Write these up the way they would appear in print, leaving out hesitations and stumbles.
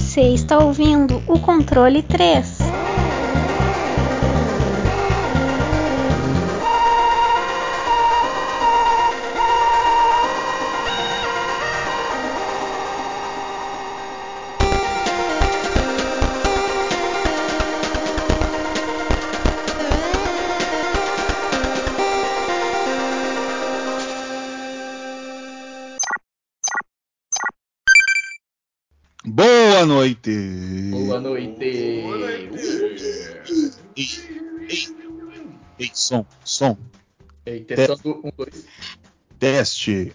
Você está ouvindo o Controle 3. Boa noite! Boa noite! Boa noite! Ei, som. Ei, testando 1, 2. Teste.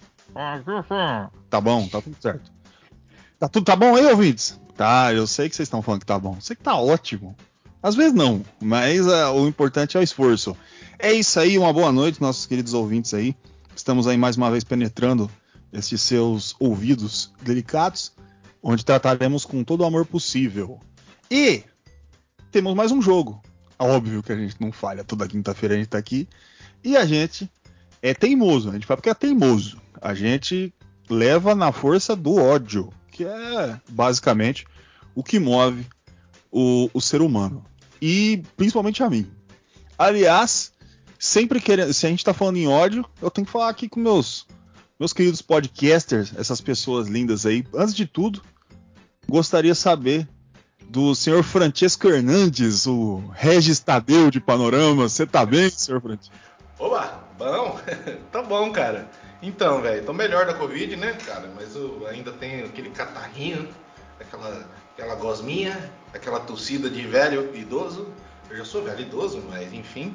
Tá bom, tá tudo certo. Tá bom aí, ouvintes? Tá, eu sei que vocês estão falando que tá bom. Eu sei que tá ótimo. Às vezes não, mas o importante é o esforço. É isso aí, uma boa noite, nossos queridos ouvintes aí. Estamos aí mais uma vez penetrando esses seus ouvidos delicados, onde trataremos com todo o amor possível. E temos mais um jogo. Óbvio que a gente não falha, toda quinta-feira a gente tá aqui. E a gente é teimoso, a gente fala porque é teimoso. A gente leva na força do ódio, que é basicamente o que move o ser humano. E principalmente a mim. Aliás, sempre querendo, se a gente tá falando em ódio, eu tenho que falar aqui com meus queridos podcasters, essas pessoas lindas aí. Antes de tudo, gostaria de saber do senhor Francesco Hernandes, o Regis Tadeu de Panorama. Você tá bem, senhor Francesco? Oba, bom? Tá bom, cara. Então, velho, tô melhor da Covid, né, cara? Mas eu ainda tenho aquele catarrinho, aquela gosminha, aquela tossida de velho idoso. Eu já sou velho idoso, mas enfim.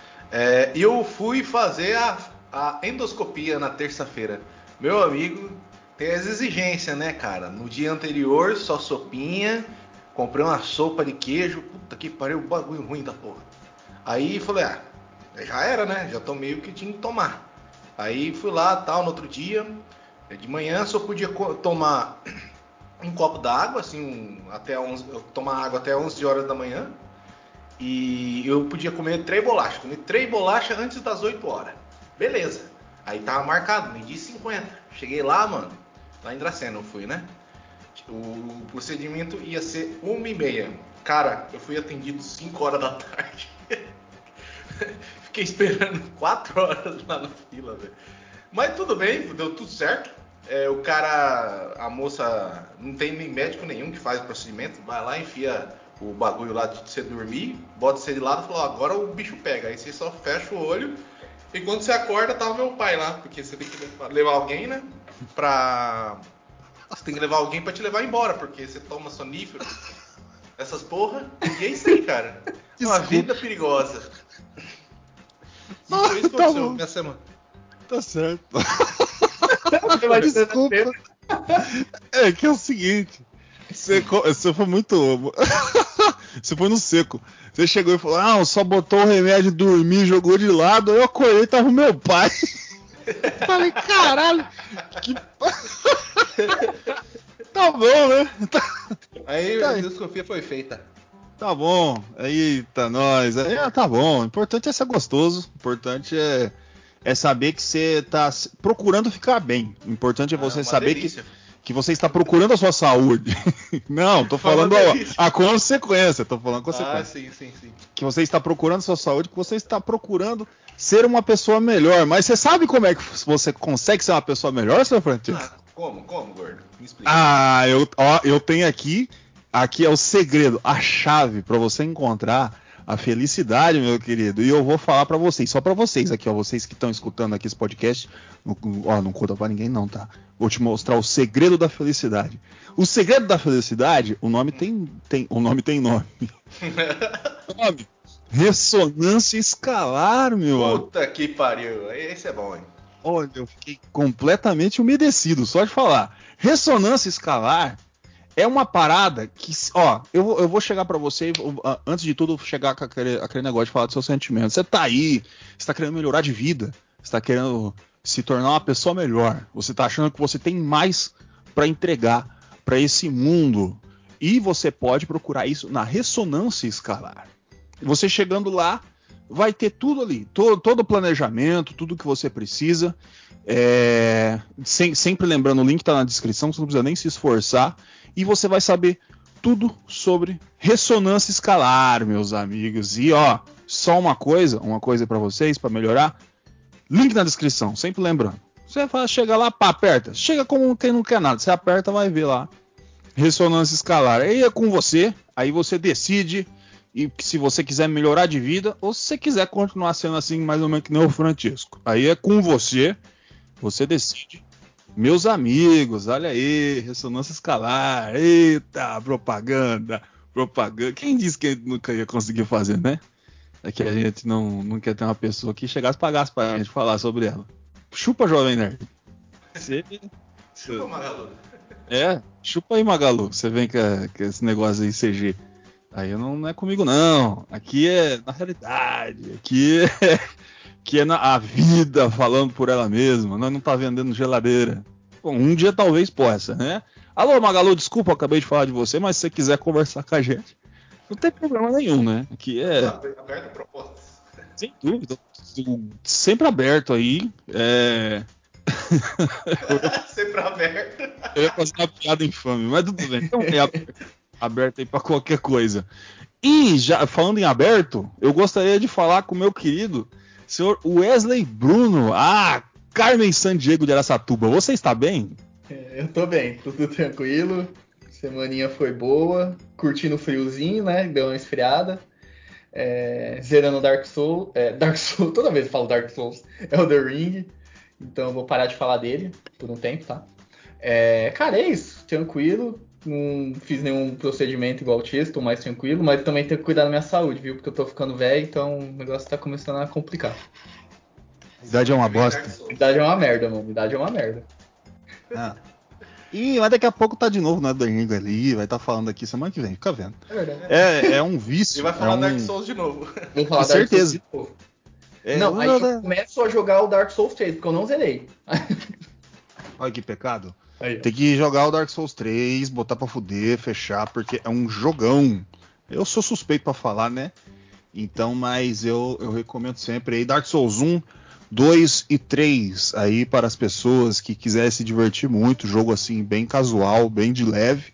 Eu fui fazer a endoscopia na terça-feira. Meu amigo, tem as exigências, né, cara? No dia anterior, só sopinha. Comprei uma sopa de queijo. Puta que pariu, bagulho ruim da porra. Aí falei, já era, né? Já tomei o que tinha que tomar. Aí fui lá, tal, no outro dia. De manhã só podia tomar um copo d'água, assim, tomar água até 11 horas da manhã. E eu podia comer 3 bolachas. Comi 3 bolachas antes das 8 horas. Beleza. Aí tava marcado, meio-dia e 50. Cheguei lá, mano. Lá em Dracena eu fui, né? O procedimento ia ser 1h30. Cara, eu fui atendido 5 horas da tarde. Fiquei esperando 4 horas lá na fila, velho. Mas tudo bem, deu tudo certo. A moça, não tem nem médico nenhum que faz o procedimento. Vai lá, enfia o bagulho lá de você dormir, bota você de lado e fala, agora o bicho pega. Aí você só fecha o olho e quando você acorda tava meu pai lá. Porque você tem que levar alguém, né? Você tem que levar alguém pra te levar embora, porque você toma sonífero, essas porra. E é isso aí, cara. É uma vida perigosa. E foi isso que aconteceu minha semana. Tá certo. Desculpa. É que é o seguinte. Você foi muito. Você foi no seco. Você chegou e falou: só botou o remédio, dormir, jogou de lado. Aí eu acordei e tava o meu pai. Falei, caralho. Tá bom, né? Aí a endoscopia foi feita. Tá bom. Eita, nós. Tá bom. O importante é ser gostoso. O importante é saber que você tá procurando ficar bem. O importante é você saber que você está procurando a sua saúde. Não, tô falando a consequência. Tô falando a consequência. Sim. Que você está procurando a sua saúde, que você está procurando ser uma pessoa melhor. Mas você sabe como é que você consegue ser uma pessoa melhor, seu Francisco? Como, gordo? Me explica. Eu tenho aqui é o segredo, a chave para você encontrar a felicidade, meu querido. E eu vou falar para vocês, só para vocês aqui, ó, vocês que estão escutando aqui esse podcast, não conta para ninguém não, tá? Vou te mostrar o segredo da felicidade. O segredo da felicidade, o nome tem nome. Nome. Ressonância escalar, meu amigo. Puta que pariu. Esse é bom, hein? Olha, eu fiquei completamente umedecido, só de falar. Ressonância escalar é uma parada que, eu vou chegar pra você, antes de tudo, chegar com aquele negócio de falar dos seus sentimentos. Você tá aí, você tá querendo melhorar de vida, você tá querendo se tornar uma pessoa melhor, você tá achando que você tem mais pra entregar pra esse mundo, e você pode procurar isso na ressonância escalar. Você chegando lá, vai ter tudo ali, todo o planejamento, tudo que você precisa. Sempre lembrando, o link está na descrição, você não precisa nem se esforçar. e você vai saber tudo sobre ressonância escalar, meus amigos. E ó, só uma coisa para vocês, para melhorar, link na descrição, sempre lembrando. Você chega lá, pá, aperta. Chega como quem não quer nada. Você aperta, vai ver lá. Ressonância escalar. Aí é com você. Aí você decide e se você quiser melhorar de vida ou se você quiser continuar sendo assim, mais ou menos que nem o Francisco. Aí é com você. Você decide. Meus amigos, olha aí. Ressonância escalar. Eita, propaganda. Quem disse que nunca ia conseguir fazer, né? É que a gente não quer ter uma pessoa que chegasse e pagasse pra gente falar sobre ela. Chupa, Jovem Nerd. Chupa, Magalu. Chupa aí, Magalu. Você vem com esse negócio aí, CG. Aí não é comigo, não. Aqui é na realidade. Aqui é a vida falando por ela mesma. Nós não tá vendendo geladeira. Bom, um dia talvez possa, né? Alô, Magalu, desculpa, eu acabei de falar de você, mas se você quiser conversar com a gente, não tem problema nenhum, né? Aqui é... Aberto a propostas. Sem dúvida. Sempre aberto aí. Sempre aberto. Eu ia fazer uma piada infame, mas tudo bem. Então é aberto aí pra qualquer coisa. E já falando em aberto, eu gostaria de falar com o meu querido senhor Wesley Bruno. Carmen Sandiego de Araçatuba. Você está bem? Eu tô bem, tudo tranquilo. Semaninha foi boa. Curtindo o friozinho, né? Deu uma esfriada. Zerando Dark Souls. Dark Souls, toda vez eu falo Dark Souls. Elden Ring. Então eu vou parar de falar dele por um tempo, tá? Cara, é isso. Tranquilo. Não fiz nenhum procedimento igual o Tis, tô mais tranquilo. Mas também tenho que cuidar da minha saúde, viu? Porque eu tô ficando velho, então o negócio tá começando a complicar. A idade é uma bosta. A idade é uma merda, mano. A idade é uma merda. Mas daqui a pouco tá de novo na Elden Ring ali, vai estar falando aqui semana que vem, fica vendo. É verdade. É um vício. E vai falar Dark Souls de novo. Vou falar Com Dark certeza. Souls de novo. Aí eu começo a jogar o Dark Souls 3, porque eu não zerei. Olha que pecado. Aí, Tem que jogar o Dark Souls 3, botar pra fuder, fechar, porque é um jogão. Eu sou suspeito pra falar, né? Então, mas eu recomendo sempre aí Dark Souls 1, 2 e 3 aí para as pessoas que quiserem se divertir muito, jogo assim bem casual, bem de leve,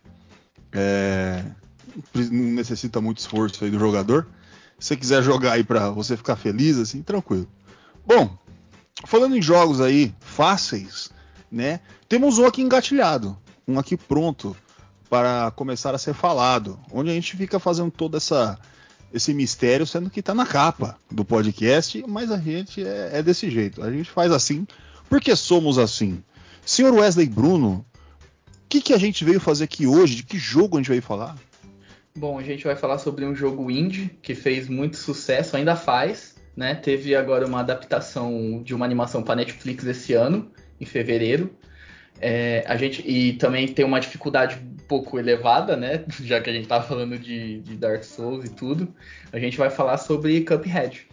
não necessita muito esforço aí do jogador. Se você quiser jogar aí para você ficar feliz, assim, tranquilo. Bom, falando em jogos aí fáceis, né? Temos um aqui engatilhado, um aqui pronto para começar a ser falado, onde a gente fica fazendo todo esse mistério, sendo que tá na capa do podcast, mas a gente é desse jeito. A gente faz assim porque somos assim. Senhor Wesley Bruno, o que a gente veio fazer aqui hoje? De que jogo a gente veio falar? Bom, a gente vai falar sobre um jogo indie que fez muito sucesso, ainda faz, né? Teve agora uma adaptação de uma animação para Netflix esse ano, em fevereiro. E também tem uma dificuldade um pouco elevada, né? Já que a gente tá falando de Dark Souls e tudo. A gente vai falar sobre Cuphead.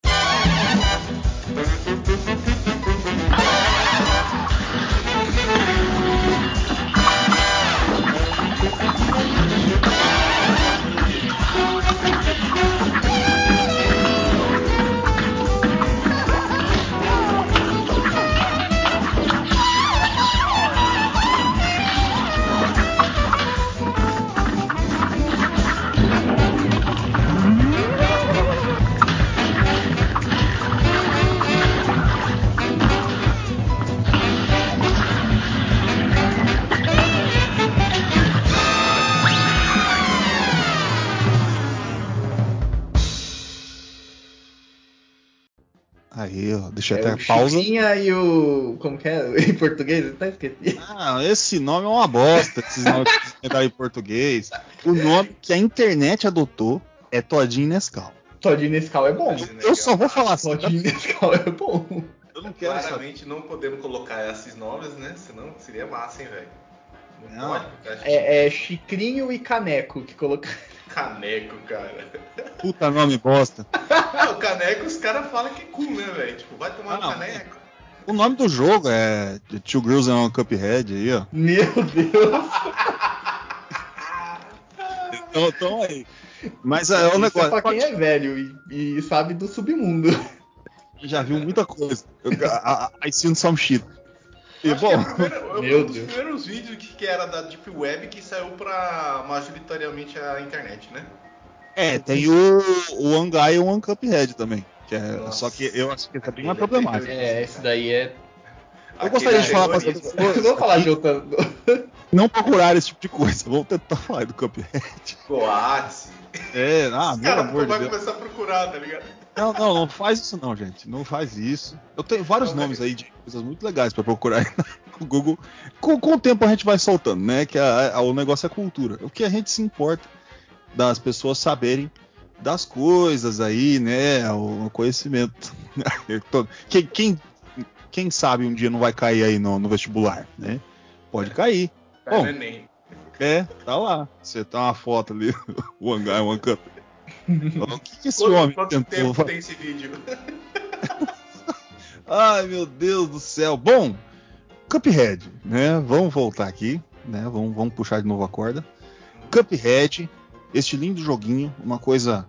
Aí, ó, deixa até O pausa. Chipinha e o... Como que é? Em português? Eu até esqueci. Esse nome é uma bosta, esses nomes que inventaram em português. O nome que a internet adotou é Todinho Nescau. Todinho Nescau é bom. Eu só vou falar assim. Todinho Nescau é bom. Eu não quero Claramente não podemos colocar esses nomes, né? Senão seria massa, hein, velho? Não. Pode, porque É Chicrinho e Caneco que colocaram. Caneco, cara. Puta nome bosta. O caneco, os caras falam que é cool, né, velho? Tipo, vai tomar no caneco. O nome do jogo é Two Girls and a Cuphead aí, ó. Meu Deus. Então aí. Mas é um negócio. Pra quem é velho e sabe do submundo. Já viu muita coisa. I seen some shit. E Acho bom, que é Meu um dos Deus. primeiros vídeos que era da Deep Web que saiu pra majoritariamente a internet, né? tem o One Guy e o One Cuphead também. Nossa. Só que eu acho que esse é bem mais Aquele é problemático. terrível. Esse daí é. Eu gostaria de falar para as terrorismo. pessoas Vamos falar aqui de outra. não procurar esse tipo de coisa. Vamos tentar falar do Cuphead. Coates. Pelo Os caras amor de vão Deus. começar a procurar, tá ligado? Não faz isso não, gente. Não faz isso. Eu tenho vários Não, nomes cara. aí de coisas muito legais para procurar aí no Google. Com o tempo a gente vai soltando, né? Que o negócio é cultura. O que a gente se importa das pessoas saberem das coisas aí, né? O conhecimento. Quem sabe um dia não vai cair aí no vestibular, né? Pode cair. Tá Bom, no Enem. tá lá. Você tá uma foto ali, One Guy, One Cup. O que esse homem Quanto tentou tempo fazer? tem esse vídeo? Ai, meu Deus do céu. Bom, Cuphead, né? Vamos voltar aqui, né? Vamos puxar de novo a corda. Cuphead, este lindo joguinho, uma coisa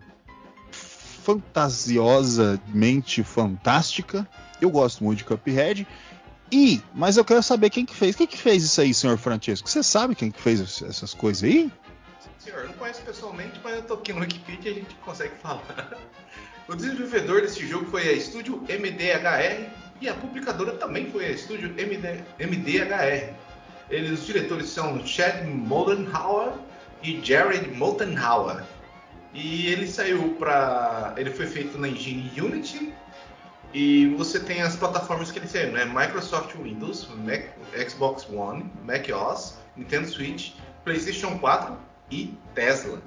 fantasiosamente fantástica. Eu gosto muito de Cuphead. Mas eu quero saber quem que fez. Quem que fez isso aí, senhor Francesco? Você sabe quem que fez essas coisas aí? Senhor, eu não conheço pessoalmente, mas eu tô aqui no Wikipedia e a gente consegue falar. O desenvolvedor desse jogo foi a Estúdio MDHR e a publicadora também foi a Estúdio MDHR. Os diretores são Chad Moldenhauer e Jared Moldenhauer. E ele ele foi feito na engine Unity. E você tem as plataformas que ele saiu, né? Microsoft Windows, Xbox One, Mac OS, Nintendo Switch, PlayStation 4 e Tesla.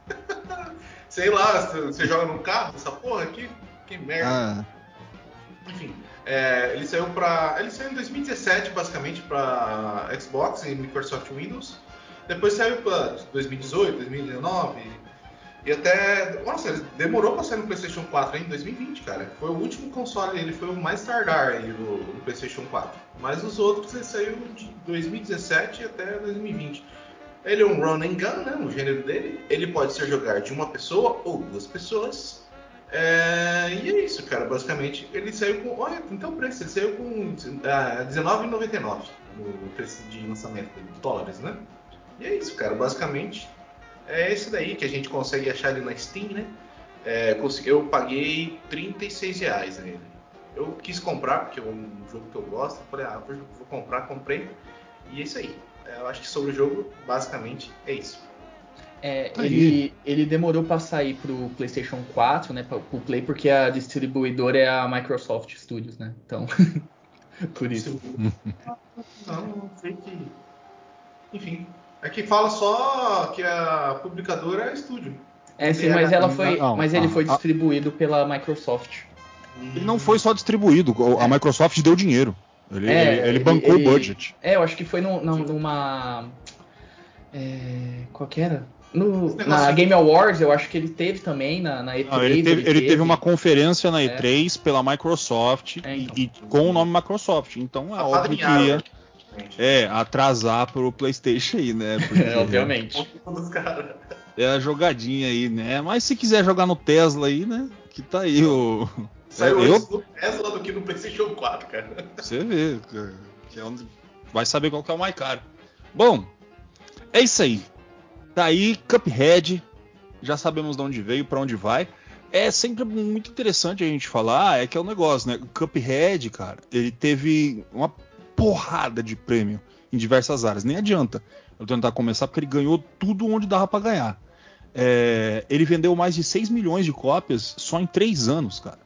Sei lá, você joga no carro, essa porra aqui? Que merda. Enfim, ele saiu em 2017, basicamente, para Xbox e Microsoft Windows. Depois saiu para 2018, 2019. E até. Nossa, ele demorou pra sair no PlayStation 4 em 2020, cara. Foi o último console, ele foi o mais tardar aí do PlayStation 4. Mas os outros ele saiu de 2017 até 2020. Ele é um run and gun, né? O gênero dele. Ele pode ser jogado de uma pessoa ou duas pessoas. E é isso, cara. Basicamente, ele saiu com. Olha, então o preço. Ele saiu com R$19,99 no preço de lançamento de dólares, né? E é isso, cara. Basicamente. É esse daí que a gente consegue achar ali na Steam, né? Eu paguei R$36 nele. Eu quis comprar, porque é um jogo que eu gosto. Falei, vou comprar, comprei. E é isso aí. Eu acho que sobre o jogo, basicamente, é isso. Ele demorou pra sair pro PlayStation 4, né? Pro Play, porque a distribuidora é a Microsoft Studios, né? Então, por isso. Não sei que... Enfim, aqui fala só que a publicadora é a estúdio. Sim, mas ela foi. Não, Mas ele foi distribuído pela Microsoft. Ele não foi só distribuído, a Microsoft deu dinheiro. Ele bancou o budget. Eu acho que foi numa. Qual que era? Na Game Awards, eu acho que ele teve também, na E3. Não, ele teve uma conferência na E3 pela Microsoft e com o nome Microsoft. Então é óbvio que ia atrasar pro PlayStation aí, né? Porque, obviamente. É a jogadinha aí, né? Mas se quiser jogar no Tesla aí, né? Que tá aí o. Saiu antes no Tesla do que no PlayStation 4, cara. Você vê, que é onde vai saber qual que é o mais caro. Bom, é isso aí. Tá aí, Cuphead. Já sabemos de onde veio, pra onde vai. É sempre muito interessante a gente falar, que é o negócio, né? O Cuphead, cara, ele teve uma porrada de prêmio em diversas áreas. Nem adianta eu tentar começar, porque ele ganhou tudo onde dava pra ganhar. Ele vendeu mais de 6 milhões de cópias só em 3 anos, cara.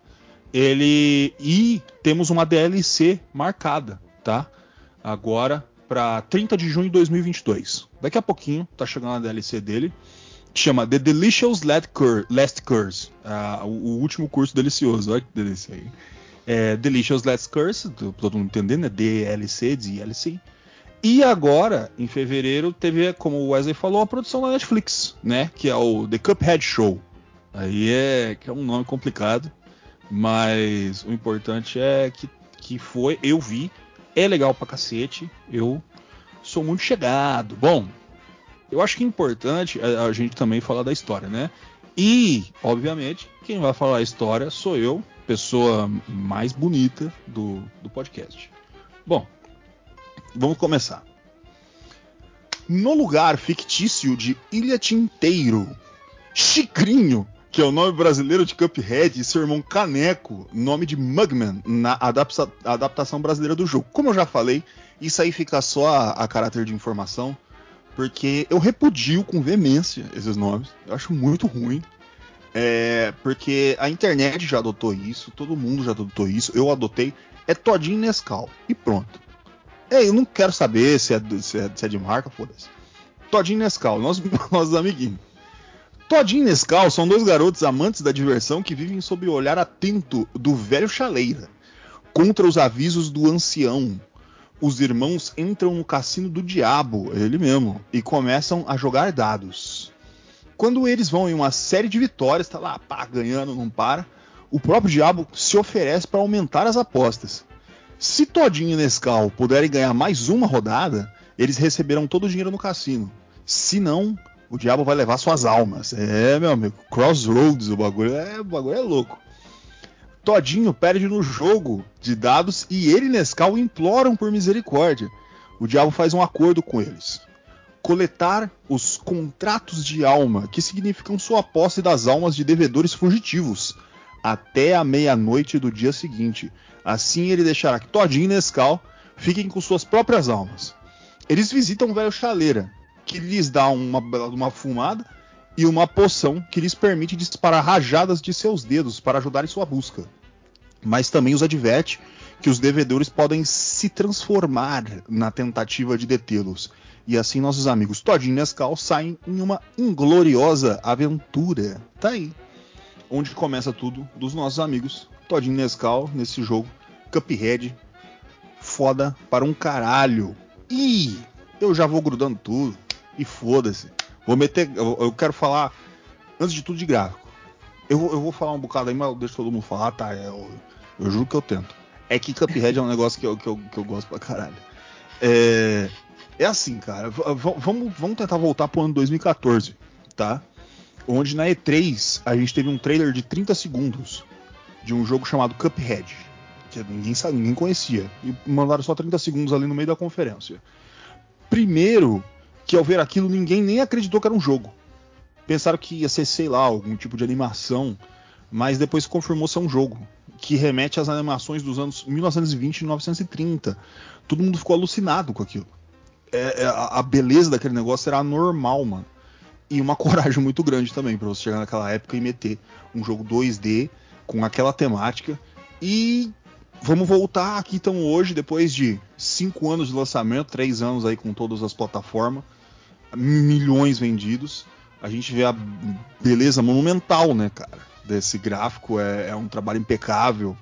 E temos uma DLC marcada, tá? Agora para 30 de junho de 2022. Daqui a pouquinho tá chegando a DLC dele. Chama The Delicious Last Curse. O último curso delicioso. Olha que delícia aí. Delicious Last Curse, todo mundo entendendo, né? DLC. E agora, em fevereiro, teve, como o Wesley falou, a produção da Netflix, né? Que é o The Cuphead Show. Aí que é um nome complicado, mas o importante é que eu vi, é legal pra cacete, eu sou muito chegado. Bom, eu acho que é importante a gente também falar da história, né? E, obviamente, quem vai falar a história sou eu, pessoa mais bonita do podcast. Bom, Vamos começar. No lugar fictício de Ilha Tinteiro, Chicrinho, que é o nome brasileiro de Cuphead, e seu irmão Caneco, nome de Mugman, na adaptação brasileira do jogo. Como eu já falei, isso aí fica só a caráter de informação, porque eu repudio com veemência esses nomes. Eu acho muito ruim. Porque a internet já adotou isso, todo mundo já adotou isso, eu adotei. É Todinho Nescau. E pronto. Eu não quero saber se é de marca, foda-se. Todinho Nescau, nossos amiguinhos. Todinho e Nescau são dois garotos amantes da diversão que vivem sob o olhar atento do velho chaleira. Contra os avisos do ancião, os irmãos entram no cassino do diabo, ele mesmo, e começam a jogar dados. Quando eles vão em uma série de vitórias, tá lá, pá, ganhando, não para, o próprio diabo se oferece para aumentar as apostas. Se Todinho e Nescau puderem ganhar mais uma rodada, eles receberão todo o dinheiro no cassino. Se não, o diabo vai levar suas almas. Meu amigo, Crossroads, o bagulho é louco. Todinho perde no jogo de dados e ele e Nescau imploram por misericórdia. O diabo faz um acordo com eles. Coletar os contratos de alma, que significam sua posse das almas de devedores fugitivos, até a meia-noite do dia seguinte. Assim ele deixará que Todinho e Nescau fiquem com suas próprias almas. Eles visitam o velho chaleira, que lhes dá uma fumada e uma poção que lhes permite disparar rajadas de seus dedos para ajudar em sua busca. Mas também os adverte que os devedores podem se transformar na tentativa de detê-los. E assim nossos amigos Todinho e Nescau saem em uma ingloriosa aventura. Tá aí. Onde começa tudo dos nossos amigos Todinho e Nescau nesse jogo Cuphead. Foda para um caralho. E eu já vou grudando tudo. E foda-se. Eu quero falar, antes de tudo, de gráfico. Eu vou falar um bocado aí, mas eu deixo todo mundo falar, tá? Eu juro que eu tento. É que Cuphead é um negócio que eu gosto pra caralho. É assim, cara. Vamos tentar voltar pro ano 2014, tá? Onde na E3 a gente teve um trailer de 30 segundos de um jogo chamado Cuphead, que ninguém conhecia. E mandaram só 30 segundos ali no meio da conferência. Primeiro, que ao ver aquilo ninguém nem acreditou que era um jogo. Pensaram que ia ser, sei lá, algum tipo de animação, mas depois confirmou ser um jogo, que remete às animações dos anos 1920 e 1930. Todo mundo ficou alucinado com aquilo. A beleza daquele negócio era anormal, mano. E uma coragem muito grande também pra você chegar naquela época e meter um jogo 2D com aquela temática. E vamos voltar aqui então hoje, depois de 5 anos de lançamento, 3 anos aí com todas as plataformas, milhões vendidos. A gente vê a beleza monumental, né, cara, desse gráfico. É um trabalho impecável.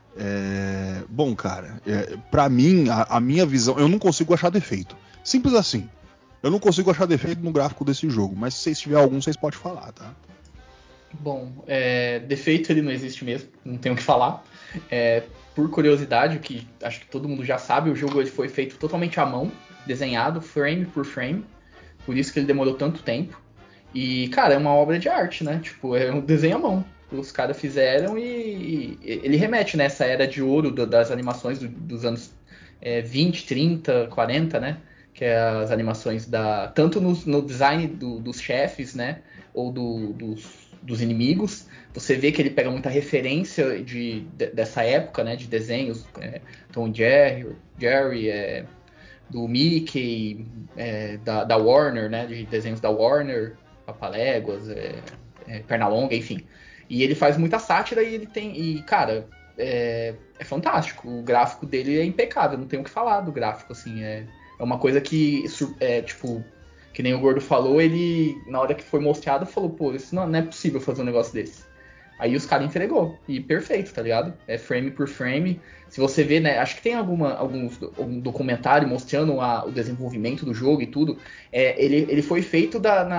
Bom, cara, pra mim, a minha visão, eu não consigo achar defeito. Simples assim. Eu não consigo achar defeito no gráfico desse jogo, mas se vocês tiverem algum, vocês podem falar, tá? Bom, defeito ele não existe mesmo, não tenho o que falar. Por curiosidade, o que acho que todo mundo já sabe, o jogo ele foi feito totalmente à mão, desenhado frame por frame, por isso que ele demorou tanto tempo. E, cara, é uma obra de arte, né? Tipo, é um desenho à mão. Os caras fizeram e ele remete nessa era de ouro das animações dos anos 20, 30, 40, né? Que é as animações tanto no design dos chefes, né? Ou dos inimigos. Você vê que ele pega muita referência dessa época, né? De desenhos. Tom e Jerry, do Mickey, da Warner, né? De desenhos da Warner, Papaléguas, Pernalonga, enfim. E ele faz muita sátira e ele tem. E, cara, é fantástico. O gráfico dele é impecável, não tenho o que falar do gráfico, assim. É uma coisa que, tipo, que nem o Gordo falou, ele, na hora que foi mostrado, falou, pô, isso não é possível fazer um negócio desse. Aí os caras entregou. E perfeito, tá ligado? É frame por frame. Se você vê, né? Acho que tem algum documentário mostrando o desenvolvimento do jogo e tudo. Ele foi feito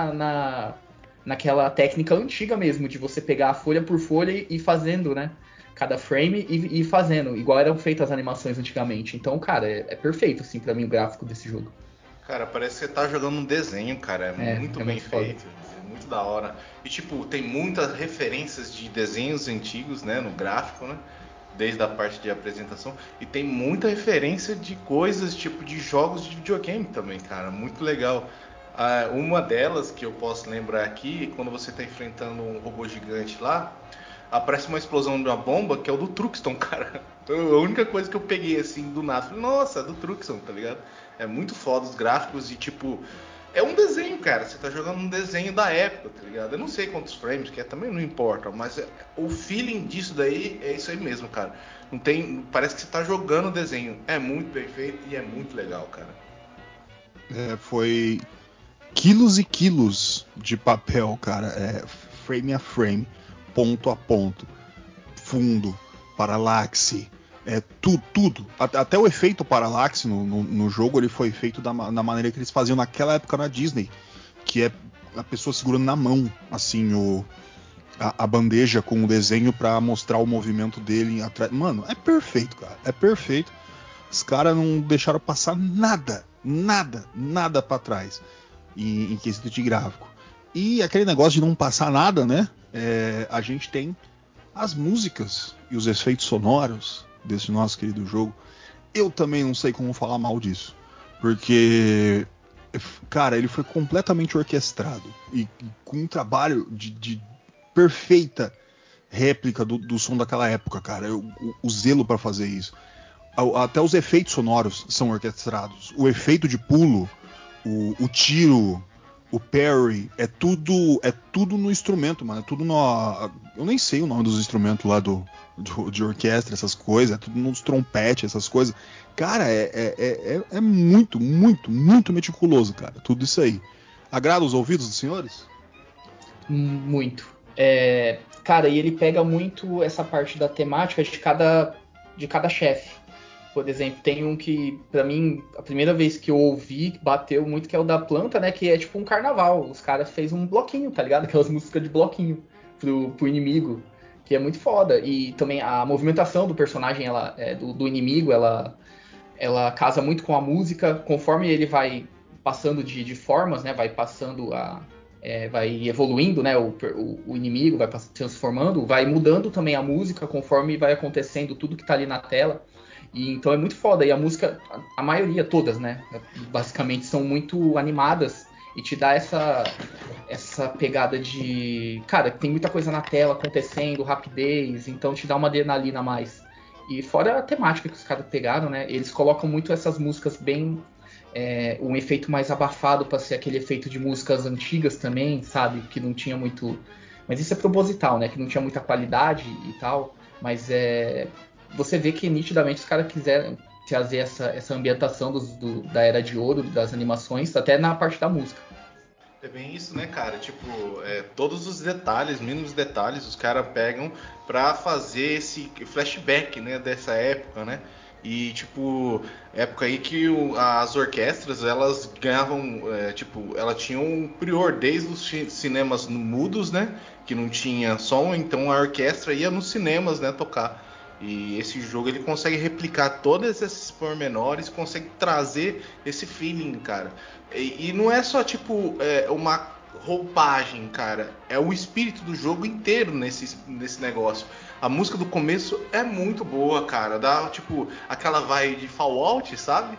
naquela técnica antiga mesmo, de você pegar folha por folha e fazendo, né? Cada frame e fazendo. Igual eram feitas as animações antigamente. Então, cara, é perfeito, assim, pra mim, o gráfico desse jogo. Cara, parece que você tá jogando um desenho, cara. É muito bem feito. É muito da hora. E, tipo, tem muitas referências de desenhos antigos, né? No gráfico, né? desde a parte de apresentação, e tem muita referência de coisas, tipo de jogos de videogame também, cara, muito legal. Uma delas que eu posso lembrar aqui, quando você está enfrentando um robô gigante lá, aparece uma explosão de uma bomba, que é o do Truxton, cara. A única coisa que eu peguei assim do nada, falei, nossa, é do Truxton, tá ligado? É muito foda os gráficos e tipo, é um desenho, cara. Você tá jogando um desenho da época, tá ligado? Eu não sei quantos frames que é, também não importa, mas o feeling disso daí é isso aí mesmo, cara. Não tem, parece que você tá jogando o desenho. É muito bem feito e é muito legal, cara. Foi quilos e quilos de papel, cara. Frame a frame, ponto a ponto, fundo, paralaxe, tudo. Até o efeito paralaxe no jogo ele foi feito da maneira que eles faziam naquela época na Disney, que é a pessoa segurando na mão, assim, a bandeja com o desenho para mostrar o movimento dele atrás. Mano, é perfeito, cara. É perfeito. Os caras não deixaram passar nada para trás em quesito de gráfico. E aquele negócio de não passar nada, né? A gente tem as músicas e os efeitos sonoros desse nosso querido jogo. Eu também não sei como falar mal disso, porque, cara, ele foi completamente orquestrado e com um trabalho de perfeita réplica do som daquela época, cara. O zelo para fazer isso. Até os efeitos sonoros são orquestrados. O efeito de pulo, o tiro, o parry, é tudo no instrumento, mano. É tudo eu nem sei o nome dos instrumentos lá de orquestra, essas coisas. É tudo nos trompetes, essas coisas. Cara, é muito, muito, muito meticuloso, cara. Tudo isso aí. Agrada os ouvidos dos senhores? Muito. Cara, e ele pega muito essa parte da temática de cada chefe. Por exemplo, tem um que, pra mim, a primeira vez que eu ouvi, bateu muito, que é o da planta, né? Que é tipo um carnaval. Os caras fez um bloquinho, tá ligado? Aquelas músicas de bloquinho pro inimigo, que é muito foda. E também a movimentação do personagem, do inimigo, ela casa muito com a música. Conforme ele vai passando de formas, né? Vai passando vai evoluindo, né? O inimigo vai se transformando, vai mudando também a música conforme vai acontecendo tudo que tá ali na tela. E então é muito foda. E a música, a maioria, todas, né? Basicamente são muito animadas e te dá essa pegada de. Cara, tem muita coisa na tela acontecendo, rapidez, então te dá uma adrenalina a mais. E fora a temática que os caras pegaram, né? Eles colocam muito essas músicas bem. Um efeito mais abafado para ser aquele efeito de músicas antigas também, sabe? Que não tinha muito. Mas isso é proposital, né? Que não tinha muita qualidade e tal. Mas você vê que nitidamente os caras quiseram trazer essa ambientação da Era de Ouro, das animações, até na parte da música. É bem isso, né, cara? Tipo, todos os detalhes, mínimos detalhes, os caras pegam pra fazer esse flashback, né, dessa época, né? E, tipo, época aí que as orquestras, elas ganhavam, tipo, elas tinham um prior desde os cinemas mudos, né? Que não tinha som, então a orquestra ia nos cinemas, né, tocar. E esse jogo ele consegue replicar todos esses pormenores, consegue trazer esse feeling, cara. E não é só tipo uma roupagem, cara. É o espírito do jogo inteiro nesse negócio. A música do começo é muito boa, cara. Dá tipo aquela vibe de Fallout, sabe?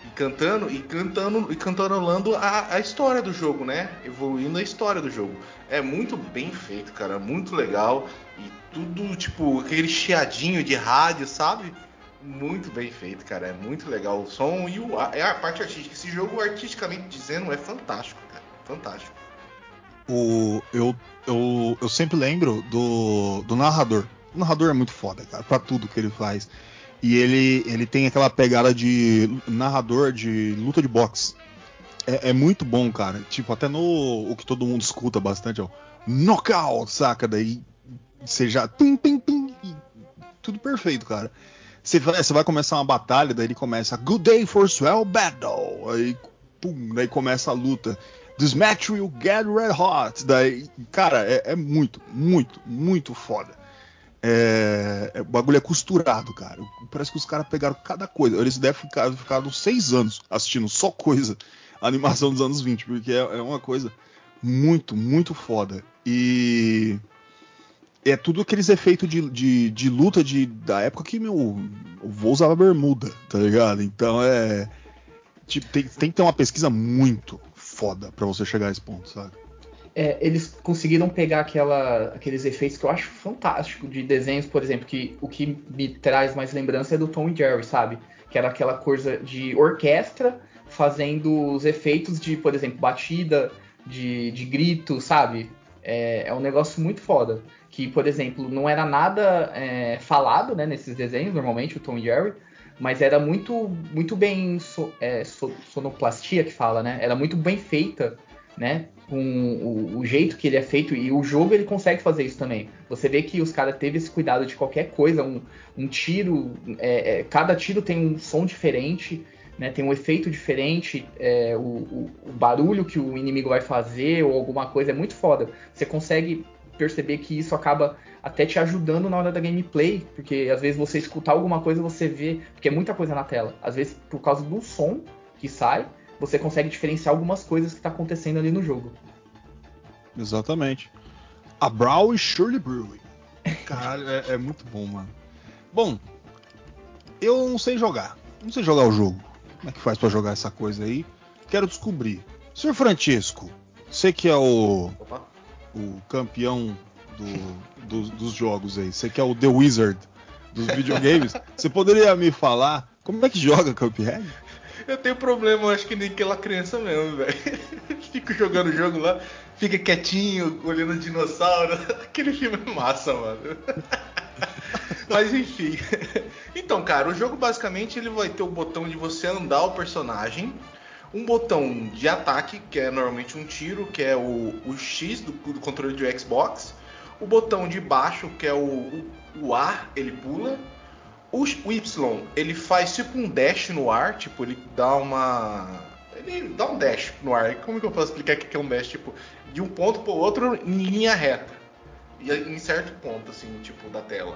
E cantarolando a história do jogo, né? Evoluindo a história do jogo. É muito bem feito, cara. Muito legal. E tudo, tipo, aquele chiadinho de rádio, sabe? Muito bem feito, cara. É muito legal o som e a parte artística. Esse jogo, artisticamente dizendo, é fantástico, cara. Fantástico. Eu sempre lembro do narrador. O narrador é muito foda, cara, pra tudo que ele faz. E ele tem aquela pegada de narrador de luta de boxe. É muito bom, cara. Tipo, até o que todo mundo escuta bastante, ó. Knockout, saca? Daí você já. Pim, pim, pim. Tudo perfeito, cara. Você vai começar uma batalha, daí ele começa Good day for swell battle. Aí, pum, daí começa a luta. This match will get red hot. Daí, cara, é muito, muito, muito foda. O bagulho é costurado, cara. Parece que os caras pegaram cada coisa. Eles devem ficar uns 6 anos assistindo só coisa. A animação dos anos 20, porque é uma coisa muito, muito foda. E É tudo aqueles efeitos de luta da época que meu avô usava bermuda, tá ligado? Então tipo, tem que ter uma pesquisa muito foda pra você chegar a esse ponto, sabe? Eles conseguiram pegar aqueles efeitos que eu acho fantástico de desenhos, por exemplo, que o que me traz mais lembrança é do Tom e Jerry, sabe? Que era aquela coisa de orquestra fazendo os efeitos de, por exemplo, batida, de grito, sabe? É um negócio muito foda. Que, por exemplo, não era nada falado, né, nesses desenhos, normalmente, o Tom e Jerry, mas era muito bem sonoplastia que fala, né? Era muito bem feita, né? Com o jeito que ele é feito, e o jogo ele consegue fazer isso também. Você vê que os caras teve esse cuidado de qualquer coisa, um tiro, cada tiro tem um som diferente, né, tem um efeito diferente, o barulho que o inimigo vai fazer ou alguma coisa é muito foda. Você consegue perceber que isso acaba até te ajudando na hora da gameplay, porque às vezes você escutar alguma coisa você vê, porque é muita coisa na tela, às vezes por causa do som que sai, você consegue diferenciar algumas coisas que tá acontecendo ali no jogo. Exatamente. A Brawl e Shirley Brewing. Caralho, é muito bom, mano. Bom, eu não sei jogar. Não sei jogar o jogo. Como é que faz pra jogar essa coisa aí? Quero descobrir. Senhor Francisco, você que é o campeão dos jogos aí. Você que é o The Wizard dos videogames. Você poderia me falar como é que joga Cuphead? Eu tenho problema, eu acho que nem aquela criança mesmo, velho. Fico jogando o jogo lá, fica quietinho, olhando o dinossauro. Aquele filme é massa, mano. Mas enfim. Então, cara, o jogo basicamente ele vai ter o botão de você andar o personagem, um botão de ataque, que é normalmente um tiro, que é o X do controle do Xbox, o botão de baixo, que é o A, ele pula. O Y, ele faz tipo um dash no ar, tipo, ele dá um dash no ar. Como que eu posso explicar o que é um dash? Tipo, de um ponto pro outro em linha reta. E em certo ponto, assim, tipo, da tela.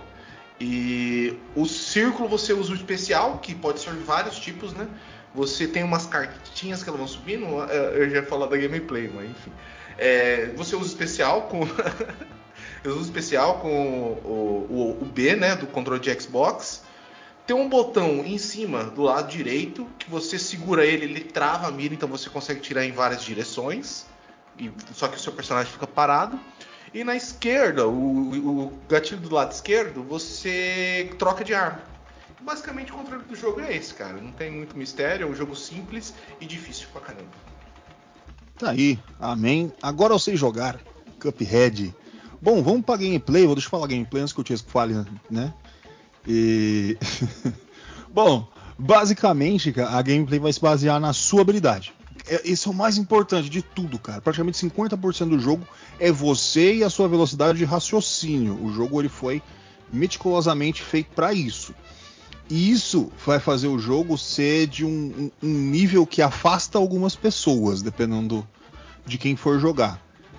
E o círculo você usa o especial, que pode ser vários tipos, né? Você tem umas cartinhas que elas vão subindo, eu já ia falar da gameplay, mas enfim. Você usa o especial com... Eu uso especial com o B, né, do controle de Xbox. Tem um botão em cima, do lado direito, que você segura ele trava a mira, então você consegue tirar em várias direções. Só que o seu personagem fica parado. E na esquerda, o gatilho do lado esquerdo, você troca de arma. Basicamente o controle do jogo é esse, cara. Não tem muito mistério, é um jogo simples e difícil pra caramba. Tá aí, amém. Agora eu sei jogar Cuphead. Bom, vamos pra gameplay. Deixa eu falar gameplay antes que o Tiesco fale, né? E... Bom, basicamente, a gameplay vai se basear na sua habilidade. Esse é o mais importante de tudo, cara. Praticamente 50% do jogo é você e a sua velocidade de raciocínio. O jogo ele foi meticulosamente feito para isso. E isso vai fazer o jogo ser de um nível que afasta algumas pessoas, dependendo de quem for jogar.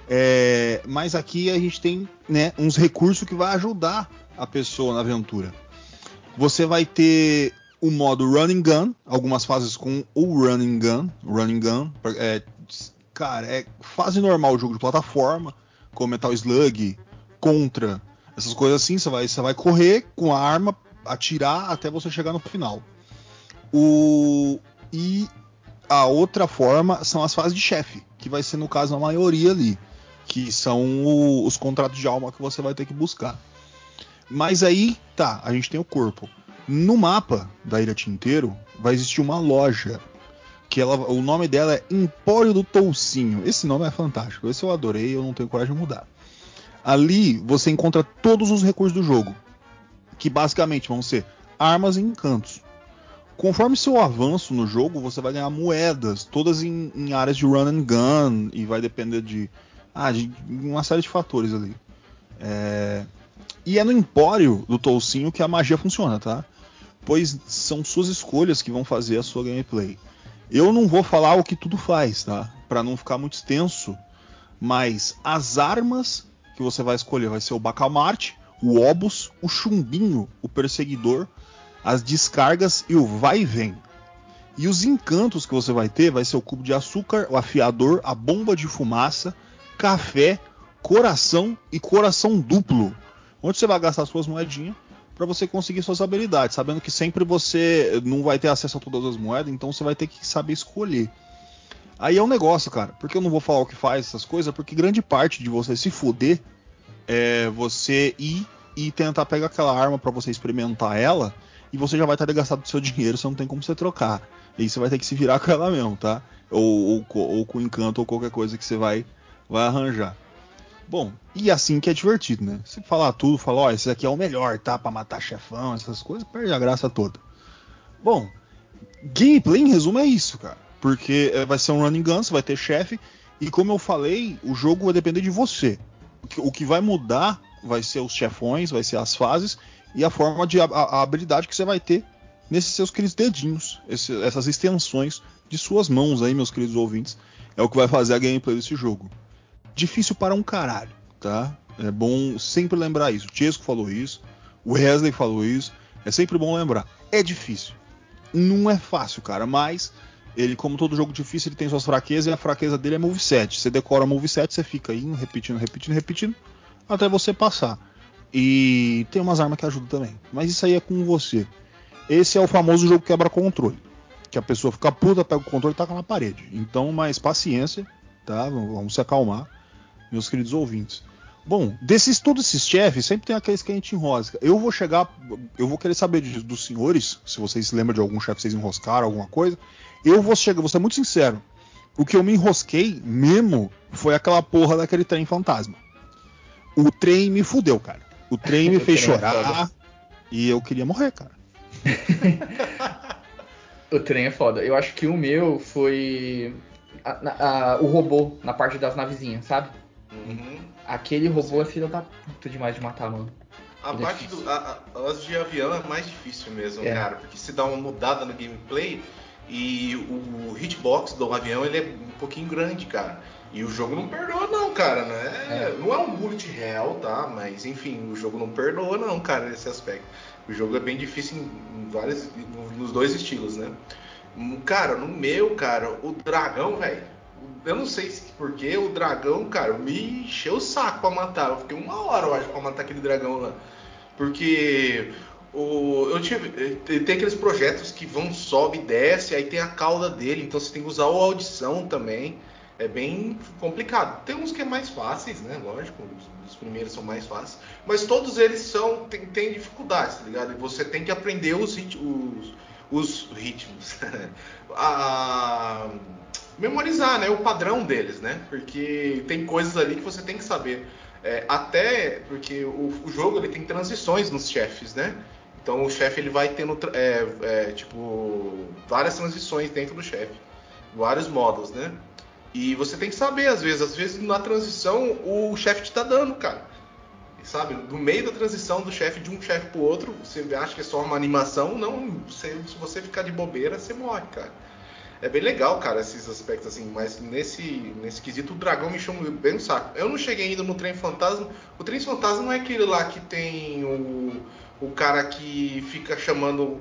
Mas aqui a gente tem, né, uns recursos que vai ajudar a pessoa na aventura. Você vai ter o modo Running Gun, algumas fases com o Running Gun. Cara, é fase normal, jogo de plataforma, com Metal Slug, Contra, essas coisas assim. Você vai correr com a arma, atirar até você chegar no final. E a outra forma são as fases de chefe, que vai ser no caso a maioria ali, que são os contratos de alma que você vai ter que buscar. Mas aí, tá, a gente tem o corpo. No mapa da Ilha Tinteiro vai existir uma loja, que o nome dela é Empório do Toucinho. Esse nome é fantástico, esse eu adorei, eu não tenho coragem de mudar. Ali você encontra todos os recursos do jogo, que basicamente vão ser armas e encantos. Conforme seu avanço no jogo, você vai ganhar moedas, todas em áreas de run and gun, e vai depender de uma série de fatores ali. E é no Empório do Toucinho que a magia funciona, tá? Pois são suas escolhas que vão fazer a sua gameplay. Eu não vou falar o que tudo faz, tá? Pra não ficar muito extenso, mas as armas que você vai escolher vai ser o Bacamarte, o Obus, o Chumbinho, o Perseguidor, as descargas e o Vai e Vem. E os encantos que você vai ter vai ser o Cubo de Açúcar, o Afiador, a Bomba de Fumaça, Café, Coração e Coração Duplo. onde você vai gastar suas moedinhas para você conseguir suas habilidades, sabendo que sempre você não vai ter acesso a todas as moedas, então você vai ter que saber escolher. Aí é um negócio, cara, porque eu não vou falar o que faz essas coisas, porque grande parte de você se fuder é você ir e tentar pegar aquela arma para você experimentar ela, e você já vai estar gastado seu dinheiro, você não tem como você trocar. E aí você vai ter que se virar com ela mesmo, tá? Ou com encanto ou qualquer coisa que você vai arranjar. Bom, e assim que é divertido, né? Você falar tudo, falar, ó, esse aqui é o melhor, tá? Pra matar chefão, essas coisas, perde a graça toda. Bom, gameplay em resumo é isso, cara. Porque vai ser um running gun, você vai ter chefe, e como eu falei, o jogo vai depender de você. O que vai mudar vai ser os chefões, vai ser as fases, e a forma de a habilidade que você vai ter nesses seus queridos dedinhos, essas extensões de suas mãos aí, meus queridos ouvintes, é o que vai fazer a gameplay desse jogo. Difícil para um caralho, tá? É bom sempre lembrar isso. O Chesco falou isso, o Wesley falou isso, é sempre bom lembrar. É difícil. Não é fácil, cara, mas ele, como todo jogo difícil, ele tem suas fraquezas, e a fraqueza dele é moveset. Você decora moveset, você fica indo, repetindo, até você passar. E tem umas armas que ajudam também, mas isso aí é com você. Esse é o famoso jogo quebra-controle, que a pessoa fica puta, pega o controle e taca na parede. Então, mais paciência, tá? Vamos se acalmar, meus queridos ouvintes. Bom, todos esses chefes, sempre tem aqueles que a gente enrosca. Eu vou querer saber dos senhores, se vocês se lembram de algum chefe que vocês enroscaram, alguma coisa. Vou ser muito sincero. O que eu me enrosquei mesmo foi aquela porra daquele trem fantasma. O trem me fudeu, cara. O trem me fez chorar e eu queria morrer, cara. O trem é foda. Eu acho que o meu foi o robô na parte das navezinhas, sabe? Uhum. Aquele robô é filho da puta demais de matar, mano. A parte as de avião é mais difícil mesmo, cara, porque se dá uma mudada no gameplay e o hitbox do avião ele é um pouquinho grande, cara. E o jogo não perdoa não, cara, né? Não é um bullet hell, tá? Mas enfim, o jogo não perdoa não, cara, nesse aspecto. O jogo é bem difícil nos dois estilos, né? Cara, no meu, cara, o dragão, velho, eu não sei porque o dragão, cara, me encheu o saco pra matar. Eu fiquei 1 hora, eu acho, pra matar aquele dragão lá. Porque tem aqueles projetos que sobe e desce, aí tem a cauda dele, então você tem que usar a audição também. É bem complicado. Tem uns que é mais fáceis, né? Lógico, os primeiros são mais fáceis. Mas todos eles têm dificuldades, tá ligado? E você tem que aprender os ritmos. Memorizar, né? O padrão deles, né? Porque tem coisas ali que você tem que saber. Até porque o jogo ele tem transições nos chefes, né? Então o chefe ele vai tendo tipo várias transições dentro do chefe, vários modos, né? E você tem que saber às vezes na transição o chefe te tá dando, cara. Sabe, no meio da transição do chefe de um chefe pro outro, você acha que é só uma animação, não, se você ficar de bobeira, você morre, cara. É bem legal, cara, esses aspectos assim, mas nesse quesito o dragão me chama bem no saco. Eu não cheguei ainda no Trem Fantasma. O Trem Fantasma não é aquele lá que tem o cara que fica chamando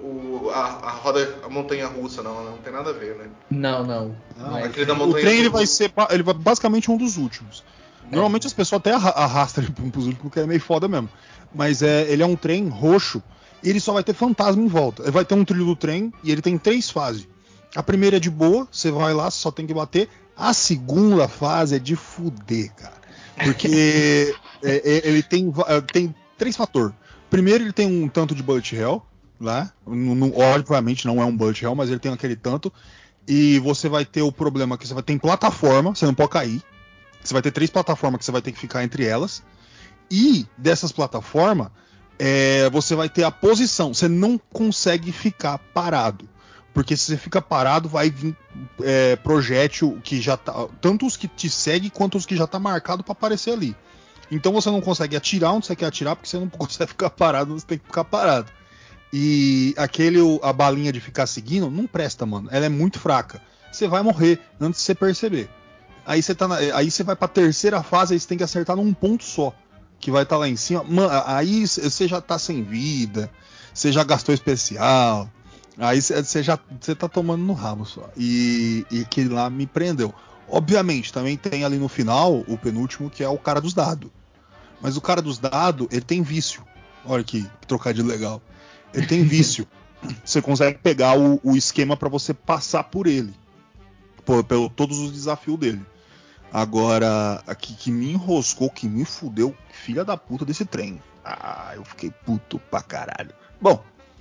a montanha russa, não tem nada a ver, né? Não. Aquele da O montanha trem ele vai basicamente um dos últimos. Normalmente as pessoas até arrastam ele pros últimos, porque é meio foda mesmo. Mas ele é um trem roxo e ele só vai ter fantasma em volta. Ele vai ter um trilho do trem e ele tem 3 fases. A primeira é de boa, você vai lá, só tem que bater. A segunda fase é de fuder, cara. Porque ele tem 3 fatores. Primeiro, ele tem um tanto de bullet hell, né? Obviamente não é um bullet hell, mas ele tem aquele tanto. E você vai ter o problema que você vai ter plataforma, você não pode cair. Você vai ter 3 plataformas que você vai ter que ficar entre elas. E dessas plataformas, você vai ter a posição. Você não consegue ficar parado. Porque se você fica parado, vai vir projétil que já tá. Tanto os que te seguem quanto os que já tá marcado para aparecer ali. Então você não consegue atirar onde você quer atirar, porque você não consegue ficar parado, você tem que ficar parado. E a balinha de ficar seguindo não presta, mano. Ela é muito fraca. Você vai morrer antes de você perceber. Aí você vai pra terceira fase, aí você tem que acertar num ponto só. Que vai estar lá em cima. Mano, aí você já tá sem vida. Você já gastou especial. Aí você tá tomando no rabo só. E aquele lá me prendeu. Obviamente, também tem ali no final o penúltimo, que é o cara dos dados. Mas o cara dos dados, ele tem vício. Olha que trocadilho legal. Ele tem vício. Você consegue pegar o esquema pra você passar por ele. Pelo todos os desafios dele. Agora, aqui que me enroscou, que me fudeu, filha da puta desse trem. Eu fiquei puto pra caralho. Bom,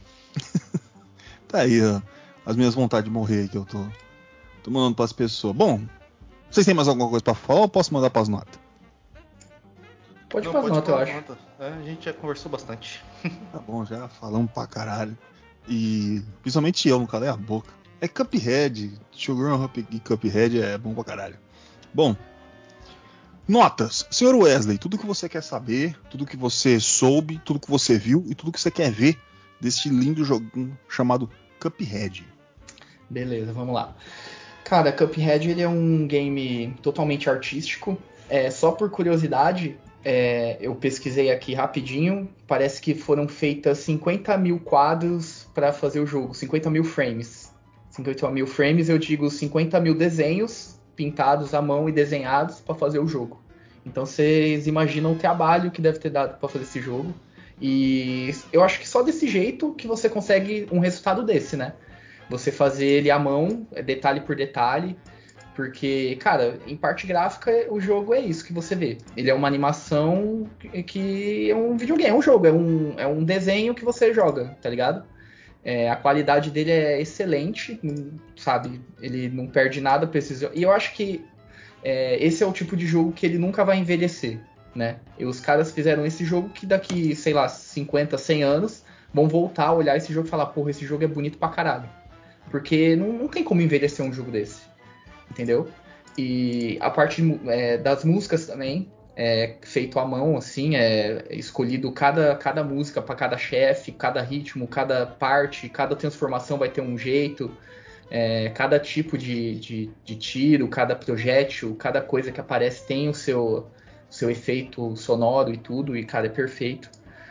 tá aí ó, as minhas vontades de morrer que eu tô mandando pras pessoas. Bom, vocês têm mais alguma coisa pra falar ou posso mandar pras notas? Pode ir pras notas, eu acho. A gente já conversou bastante. Tá bom, já falamos pra caralho. E principalmente eu, não calei a boca. É Cuphead, Sugar Up e Cuphead é bom pra caralho. Bom, notas. Senhor Wesley, tudo que você quer saber, tudo que você soube, tudo que você viu e tudo que você quer ver deste lindo joguinho chamado Cuphead. Beleza, vamos lá. Cara, Cuphead ele é um game totalmente artístico. Só por curiosidade, eu pesquisei aqui rapidinho. Parece que foram feitas 50 mil quadros para fazer o jogo, 50 mil frames. 50 mil frames, eu digo 50 mil desenhos pintados à mão e desenhados para fazer o jogo. Então vocês imaginam o trabalho que deve ter dado para fazer esse jogo. E eu acho que só desse jeito que você consegue um resultado desse, né? Você fazer ele à mão, detalhe por detalhe, porque, cara, em parte gráfica o jogo é isso que você vê. Ele é uma animação que é um videogame, é um jogo, é um desenho que você joga, tá ligado? A qualidade dele é excelente, sabe? Ele não perde nada precisão. E eu acho que esse é o tipo de jogo que ele nunca vai envelhecer, né? E os caras fizeram esse jogo que daqui, sei lá, 50, 100 anos vão voltar a olhar esse jogo e falar, porra, esse jogo é bonito pra caralho. Porque não tem como envelhecer um jogo desse, entendeu? E a parte das músicas também, feito à mão, assim, escolhido cada música para cada chefe, cada ritmo, cada parte, cada transformação vai ter um jeito, cada tipo de tiro, cada projétil, cada coisa que aparece tem o seu efeito sonoro e tudo, e, cara, é perfeito.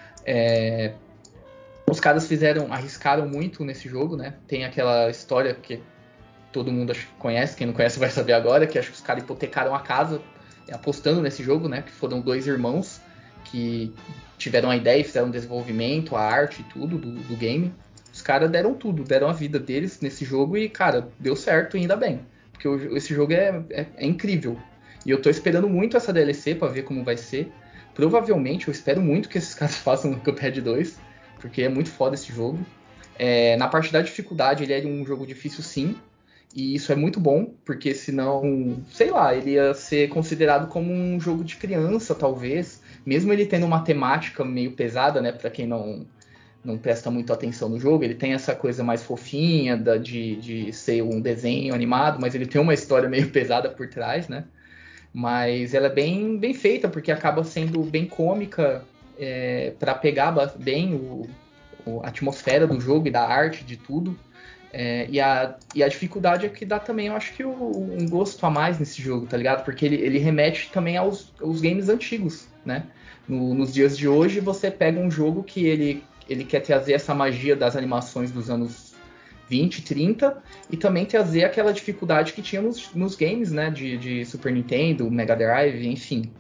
Os caras arriscaram muito nesse jogo, né? Tem aquela história que todo mundo acho que conhece, quem não conhece vai saber agora, que acho que os caras hipotecaram a casa apostando nesse jogo, né? Que foram 2 irmãos que tiveram a ideia e fizeram o desenvolvimento, a arte e tudo do game. Os caras deram tudo, deram a vida deles nesse jogo e, cara, deu certo e ainda bem. Porque esse jogo é incrível. E eu tô esperando muito essa DLC pra ver como vai ser. Provavelmente, eu espero muito que esses caras façam o Cuphead 2, porque é muito foda esse jogo. Na parte da dificuldade, ele é um jogo difícil sim, e isso é muito bom, porque senão, sei lá, ele ia ser considerado como um jogo de criança, talvez. Mesmo ele tendo uma temática meio pesada, né, pra quem não presta muito atenção no jogo, ele tem essa coisa mais fofinha de ser um desenho animado, mas ele tem uma história meio pesada por trás, né? Mas ela é bem, bem feita, porque acaba sendo bem cômica, para pegar bem a atmosfera do jogo e da arte, de tudo. E a dificuldade é que dá também, eu acho que um gosto a mais nesse jogo, tá ligado? Porque ele remete também aos games antigos, né? Nos dias de hoje, você pega um jogo que ele quer trazer essa magia das animações dos anos 20, 30, e também trazer aquela dificuldade que tinha nos games, né? De Super Nintendo, Mega Drive, enfim.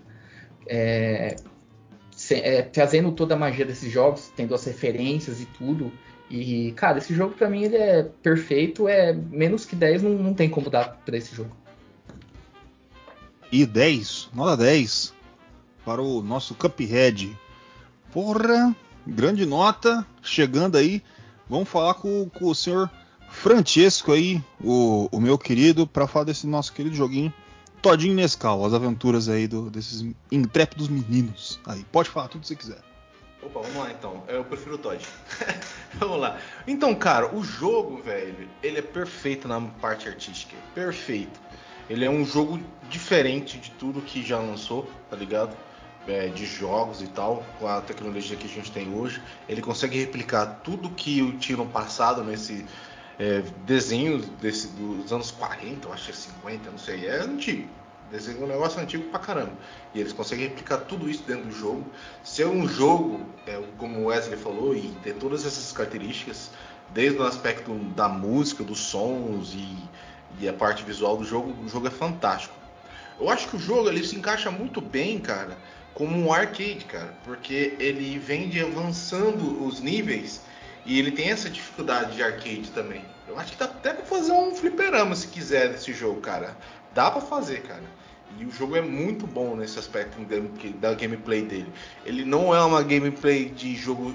Trazendo toda a magia desses jogos, tendo as referências e tudo. E, cara, esse jogo pra mim ele é perfeito, menos que 10 não tem como dar pra esse jogo. E 10, nota 10 para o nosso Cuphead. Porra, grande nota, chegando aí. Vamos falar com o senhor Francesco aí, o meu querido, para falar desse nosso querido joguinho Todinho Nescau, as aventuras aí desses intrépidos meninos. Aí, pode falar tudo que você quiser. Opa, vamos lá então. Eu prefiro o Todd. Vamos lá. Então, cara, o jogo, velho, ele é perfeito na parte artística. Perfeito. Ele é um jogo diferente de tudo que já lançou, tá ligado? De jogos e tal, com a tecnologia que a gente tem hoje. Ele consegue replicar tudo que tinha no passado nesse desenho dos anos 40, eu acho que é 50, não sei. É antigo. Um negócio antigo pra caramba. E eles conseguem replicar tudo isso dentro do jogo. Ser um jogo, como o Wesley falou, e ter todas essas características, desde o aspecto da música, dos sons e a parte visual do jogo, o jogo é fantástico. Eu acho que o jogo ele se encaixa muito bem, cara, como um arcade, cara, porque ele vem de avançando os níveis e ele tem essa dificuldade de arcade também. Eu acho que dá até pra fazer um fliperama se quiser desse jogo, cara. Dá pra fazer, cara. E o jogo é muito bom nesse aspecto da gameplay dele. Ele não é uma gameplay de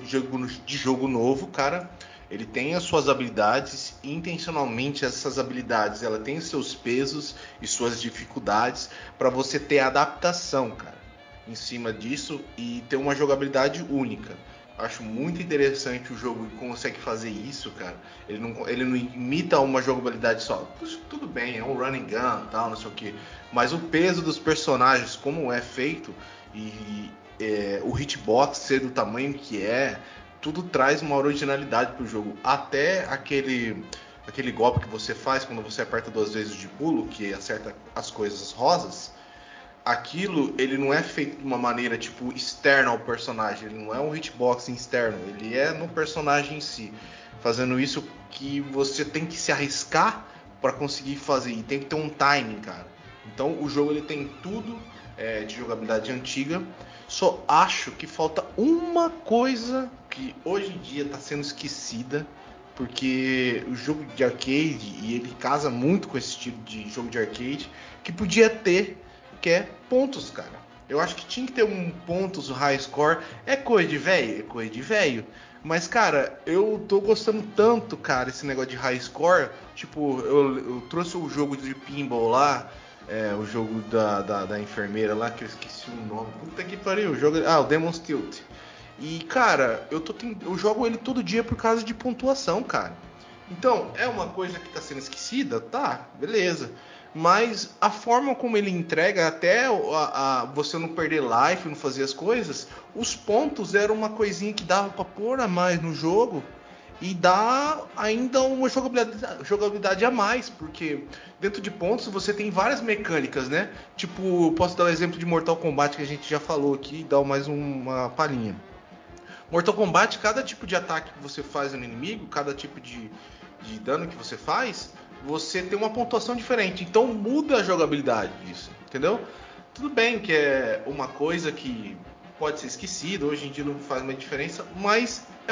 jogo novo, cara. Ele tem as suas habilidades e intencionalmente essas habilidades, ela tem seus pesos e suas dificuldades para você ter adaptação, cara, em cima disso e ter uma jogabilidade única. Acho muito interessante o jogo que consegue fazer isso, cara. Ele não imita uma jogabilidade só. Tudo bem, é um running gun e tal, não sei o que. Mas o peso dos personagens, como é feito, e o hitbox ser do tamanho que é, tudo traz uma originalidade pro jogo. Até aquele golpe que você faz quando você aperta 2 vezes de pulo, que acerta as coisas rosas. Aquilo, ele não é feito de uma maneira tipo externa ao personagem, ele não é um hitbox externo, ele é no personagem em si, fazendo isso que você tem que se arriscar para conseguir fazer, e tem que ter um timing, cara. Então o jogo ele tem tudo de jogabilidade antiga, só acho que falta uma coisa que hoje em dia está sendo esquecida, porque o jogo de arcade, e ele casa muito com esse estilo de jogo de arcade, que podia ter, que é pontos, cara. Eu acho que tinha que ter pontos, high score. É coisa de velho? É coisa de velho. Mas, cara, eu tô gostando tanto, cara, esse negócio de high score. Tipo, eu trouxe o jogo de pinball lá, o jogo da enfermeira lá, que eu esqueci o nome. Puta que pariu. O Demon's Tilt. E, cara, eu jogo ele todo dia por causa de pontuação, cara. Então, é uma coisa que tá sendo esquecida? Tá, beleza. Mas a forma como ele entrega, até você não perder life, não fazer as coisas, os pontos eram uma coisinha que dava pra pôr a mais no jogo e dá ainda uma jogabilidade a mais, porque dentro de pontos você tem várias mecânicas, né? Tipo, posso dar o exemplo de Mortal Kombat que a gente já falou aqui e dar mais uma palhinha. Mortal Kombat, cada tipo de ataque que você faz no inimigo, cada tipo de dano que você faz, você tem uma pontuação diferente. Então muda a jogabilidade disso, entendeu? Tudo bem que é uma coisa que pode ser esquecida, hoje em dia não faz mais diferença, mas é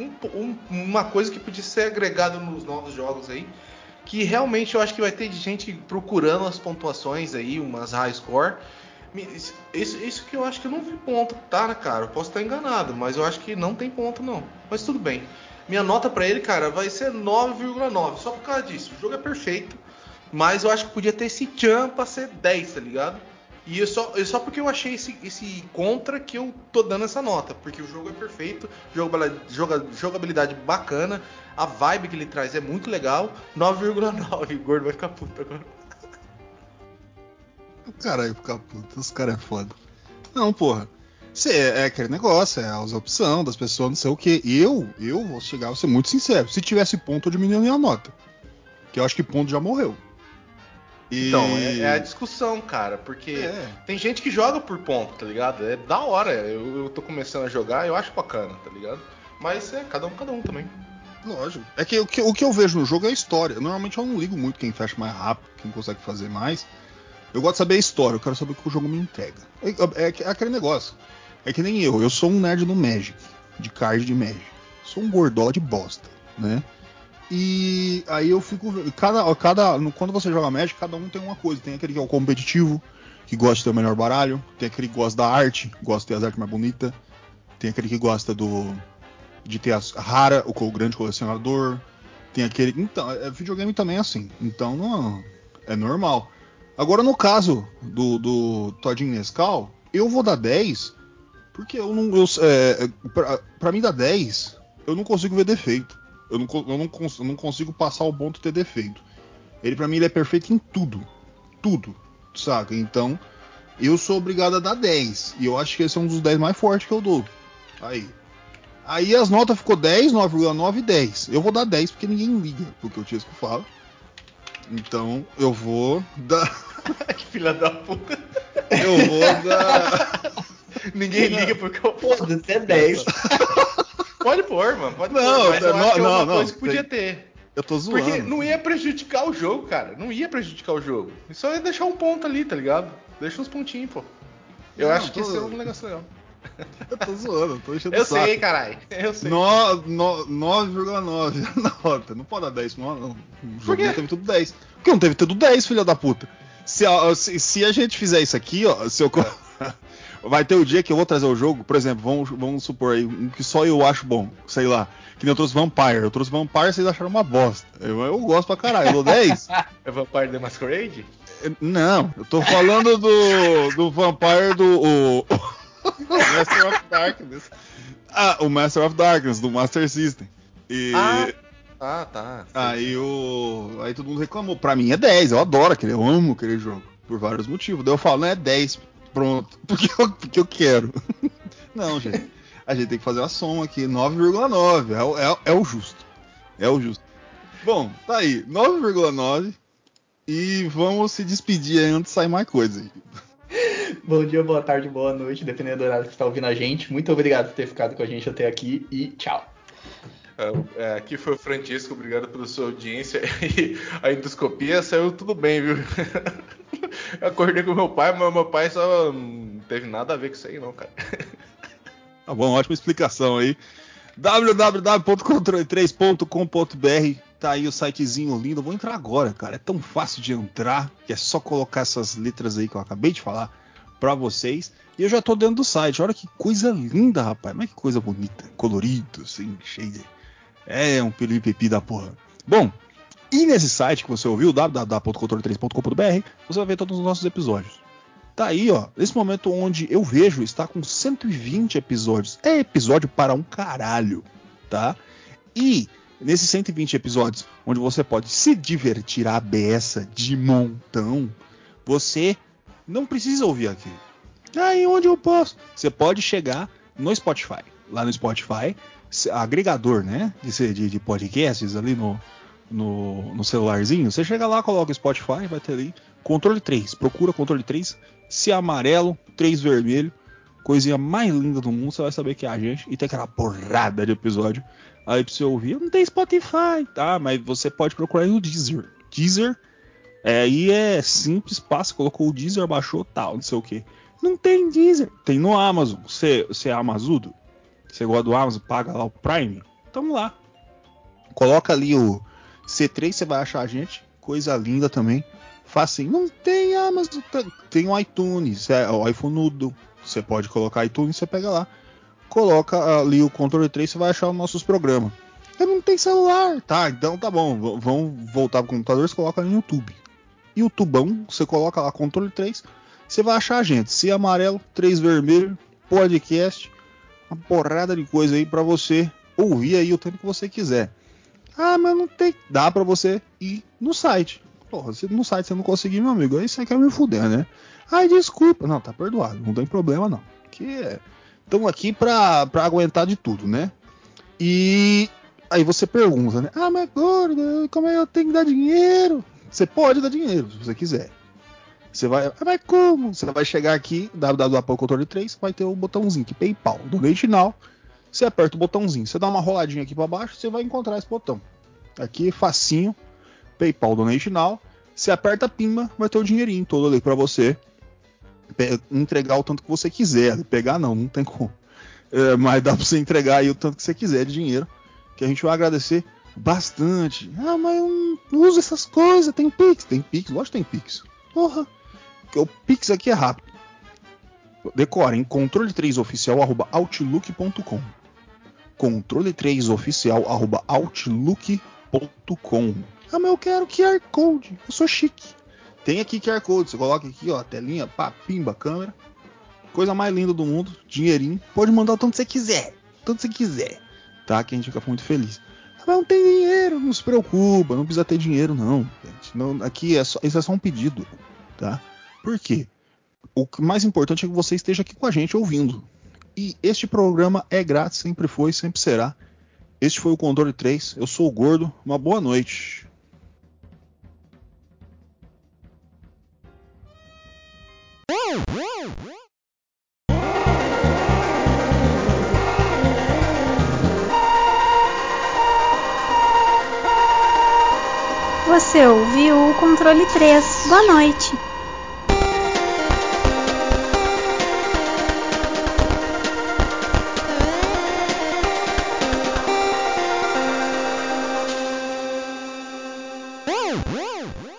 uma coisa que podia ser agregada nos novos jogos aí, que realmente eu acho que vai ter gente procurando as pontuações aí, umas high score. Isso que eu acho que eu não vi ponto, tá, cara? Eu posso estar enganado, mas eu acho que não tem ponto, não. Mas tudo bem. Minha nota pra ele, cara, vai ser 9,9. Só por causa disso. O jogo é perfeito, mas eu acho que podia ter esse tchan pra ser 10, tá ligado? E só porque eu achei esse contra que eu tô dando essa nota. Porque o jogo é perfeito, jogabilidade bacana, a vibe que ele traz é muito legal. 9,9. O gordo vai ficar puto agora. O cara vai ficar puto, os caras é foda. Não, porra. É aquele negócio, é as opções das pessoas, não sei o que. Eu vou chegar, vou ser muito sincero. Se tivesse ponto, eu diminuiria a nota. Que eu acho que ponto já morreu. Então, é a discussão, cara, porque tem gente que joga por ponto, tá ligado? É da hora, eu tô começando a jogar, eu acho bacana, tá ligado? Mas é cada um também. Lógico. É que o que eu vejo no jogo é a história. Normalmente eu não ligo muito quem fecha mais rápido, quem consegue fazer mais. Eu gosto de saber a história, eu quero saber o que o jogo me entrega. É aquele negócio. É que nem eu sou um nerd no Magic, de card de Magic. Sou um gordola de bosta, né? E aí eu fico. Quando você joga Magic, cada um tem uma coisa. Tem aquele que é o competitivo, que gosta de ter o melhor baralho. Tem aquele que gosta da arte, gosta de ter as artes mais bonitas. Tem aquele que gosta de ter as rara, o grande colecionador. Tem aquele. Então, videogame também é assim. Então não é normal. Agora no caso do Todinho Nescau, eu vou dar 10, porque pra mim dar 10, eu não consigo ver defeito. Eu não consigo passar o ponto ter defeito. Ele pra mim ele é perfeito em tudo. Tudo, saca? Então, eu sou obrigado a dar 10. E eu acho que esse é um dos 10 mais fortes que eu dou. Aí as notas ficou 10, 9,9 e 10. Eu vou dar 10 porque ninguém liga pro que o Tiesco fala. Então, eu vou dar... Que filha da puta. Eu vou dar... Ninguém liga porque eu Foda-se, é 10. Pode pôr, mano. Pode pôr. Mas eu acho que é uma coisa que podia ter. Eu tô zoando. Porque não ia prejudicar o jogo, cara. Não ia prejudicar o jogo. Só ia deixar um ponto ali, tá ligado? Deixa uns pontinhos, pô. Eu acho que esse é um negócio legal. Eu tô zoando, eu tô enchendo Eu o saco. sei, caralho. Eu sei. 9,9 a nota. Não pode dar 10, não. O jogo quê? teve tudo 10. Porque não teve tudo 10, filha da puta. Se a gente fizer isso aqui, ó, vai ter o dia que eu vou trazer o jogo, por exemplo, vamos supor aí, um que só eu acho bom, sei lá, que nem eu trouxe Vampire. Eu trouxe Vampire, vocês acharam uma bosta. Eu gosto pra caralho, eu dou 10. É Vampire the Masquerade? Não, eu tô falando do Vampire do Master of Darkness. O Master of Darkness, do Master System. E tá. aí todo mundo reclamou. Pra mim é 10, eu adoro eu amo aquele jogo. Por vários motivos. Daí eu falo, não é 10, pronto. Porque eu quero. Não, gente. A gente tem que fazer a soma aqui, 9,9. É o justo. É o justo. Bom, tá aí, 9,9. E vamos se despedir aí antes de sair mais coisa aí. Bom dia, boa tarde, boa noite, dependendo do horário que você está ouvindo a gente. Muito obrigado por ter ficado com a gente até aqui e tchau. Aqui foi o Francisco, obrigado pela sua audiência. E a endoscopia saiu tudo bem, viu? Eu acordei com meu pai, mas meu pai só não teve nada a ver com isso aí não, cara. Tá bom, ótima explicação aí. www.controle3.com.br. Tá aí o sitezinho lindo. Eu vou entrar agora, cara. É tão fácil de entrar que é só colocar essas letras aí que eu acabei de falar pra vocês. E eu já tô dentro do site. Olha que coisa linda, rapaz. Mas que coisa bonita. Colorido, assim, cheio de... É um piripipi da porra. Bom, e nesse site que você ouviu, www.controle3.com.br, você vai ver todos os nossos episódios. Tá aí, ó. Nesse momento onde eu vejo, está com 120 episódios. É episódio para um caralho, tá? E nesses 120 episódios, onde você pode se divertir à beça de montão, você não precisa ouvir aqui. Aí onde eu posso? Você pode chegar no Spotify. Lá no Spotify, agregador, né? De podcasts ali no celularzinho. Você chega lá, coloca o Spotify, vai ter ali Controle 3. Procura Controle 3. Se amarelo, 3 vermelho. Coisinha mais linda do mundo. Você vai saber que é a gente. E tem aquela porrada de episódio aí pra você ouvir. Não tem Spotify, tá? Mas você pode procurar aí no Deezer. Deezer, aí é simples, passa, colocou o Deezer, baixou, tal, não sei o que. Não tem Deezer. Tem no Amazon. Você é amazudo? Você gosta do Amazon, paga lá o Prime? Tamo lá. Coloca ali o C3, você vai achar a gente. Coisa linda também. Facinho. Não tem Amazon. Tem o iTunes, o iPhone. Você pode colocar iTunes, você pega lá. Coloca ali o Controle 3, você vai achar os nossos programas. Eu não tenho celular. Tá, então tá bom. Vamos voltar pro computador, você coloca no YouTube. YouTubão, você coloca lá Controle 3, você vai achar a gente. Se amarelo, 3 vermelho, podcast, uma porrada de coisa aí pra você ouvir aí o tempo que você quiser. Ah, mas não tem. Dá pra você ir no site. Porra, se no site você não conseguir, meu amigo, aí você quer me fuder, né? Ai, desculpa. Não, tá perdoado, não tem problema não. Que estamos aqui pra aguentar de tudo, né? E aí você pergunta, né? Ah, mas gordo, como é que eu tenho que dar dinheiro? Você pode dar dinheiro, se você quiser. Você vai, mas como? Você vai chegar aqui, www.controle3, vai ter o botãozinho aqui, PayPal, Donate Now. Você aperta o botãozinho, você dá uma roladinha aqui para baixo, você vai encontrar esse botão. Aqui, facinho, PayPal, Donate Now. Você aperta pimba, vai ter o dinheirinho todo ali para você entregar o tanto que você quiser. Pegar não tem como. Mas dá para você entregar aí o tanto que você quiser de dinheiro, que a gente vai agradecer bastante. Ah, mas eu não uso essas coisas. Tem Pix, lógico que tem Pix. Porra, porque o Pix aqui é rápido. Decorem, controle3oficial@outlook.com. controle3oficial@outlook.com. Ah, mas eu quero QR Code. Eu sou chique. Tem aqui QR Code. Você coloca aqui, ó, telinha, pá, pimba, câmera. Coisa mais linda do mundo. Dinheirinho. Pode mandar o tanto que você quiser. Tá? Que a gente fica muito feliz. Ah, mas não tem dinheiro. Não se preocupa. Não precisa ter dinheiro, não. Gente. Não, aqui isso é só um pedido. Tá? Por quê? O mais importante é que você esteja aqui com a gente ouvindo. E este programa é grátis, sempre foi, sempre será. Este foi o Controle 3. Eu sou o Gordo. Uma boa noite. Você ouviu o Controle 3. Boa noite. Wow!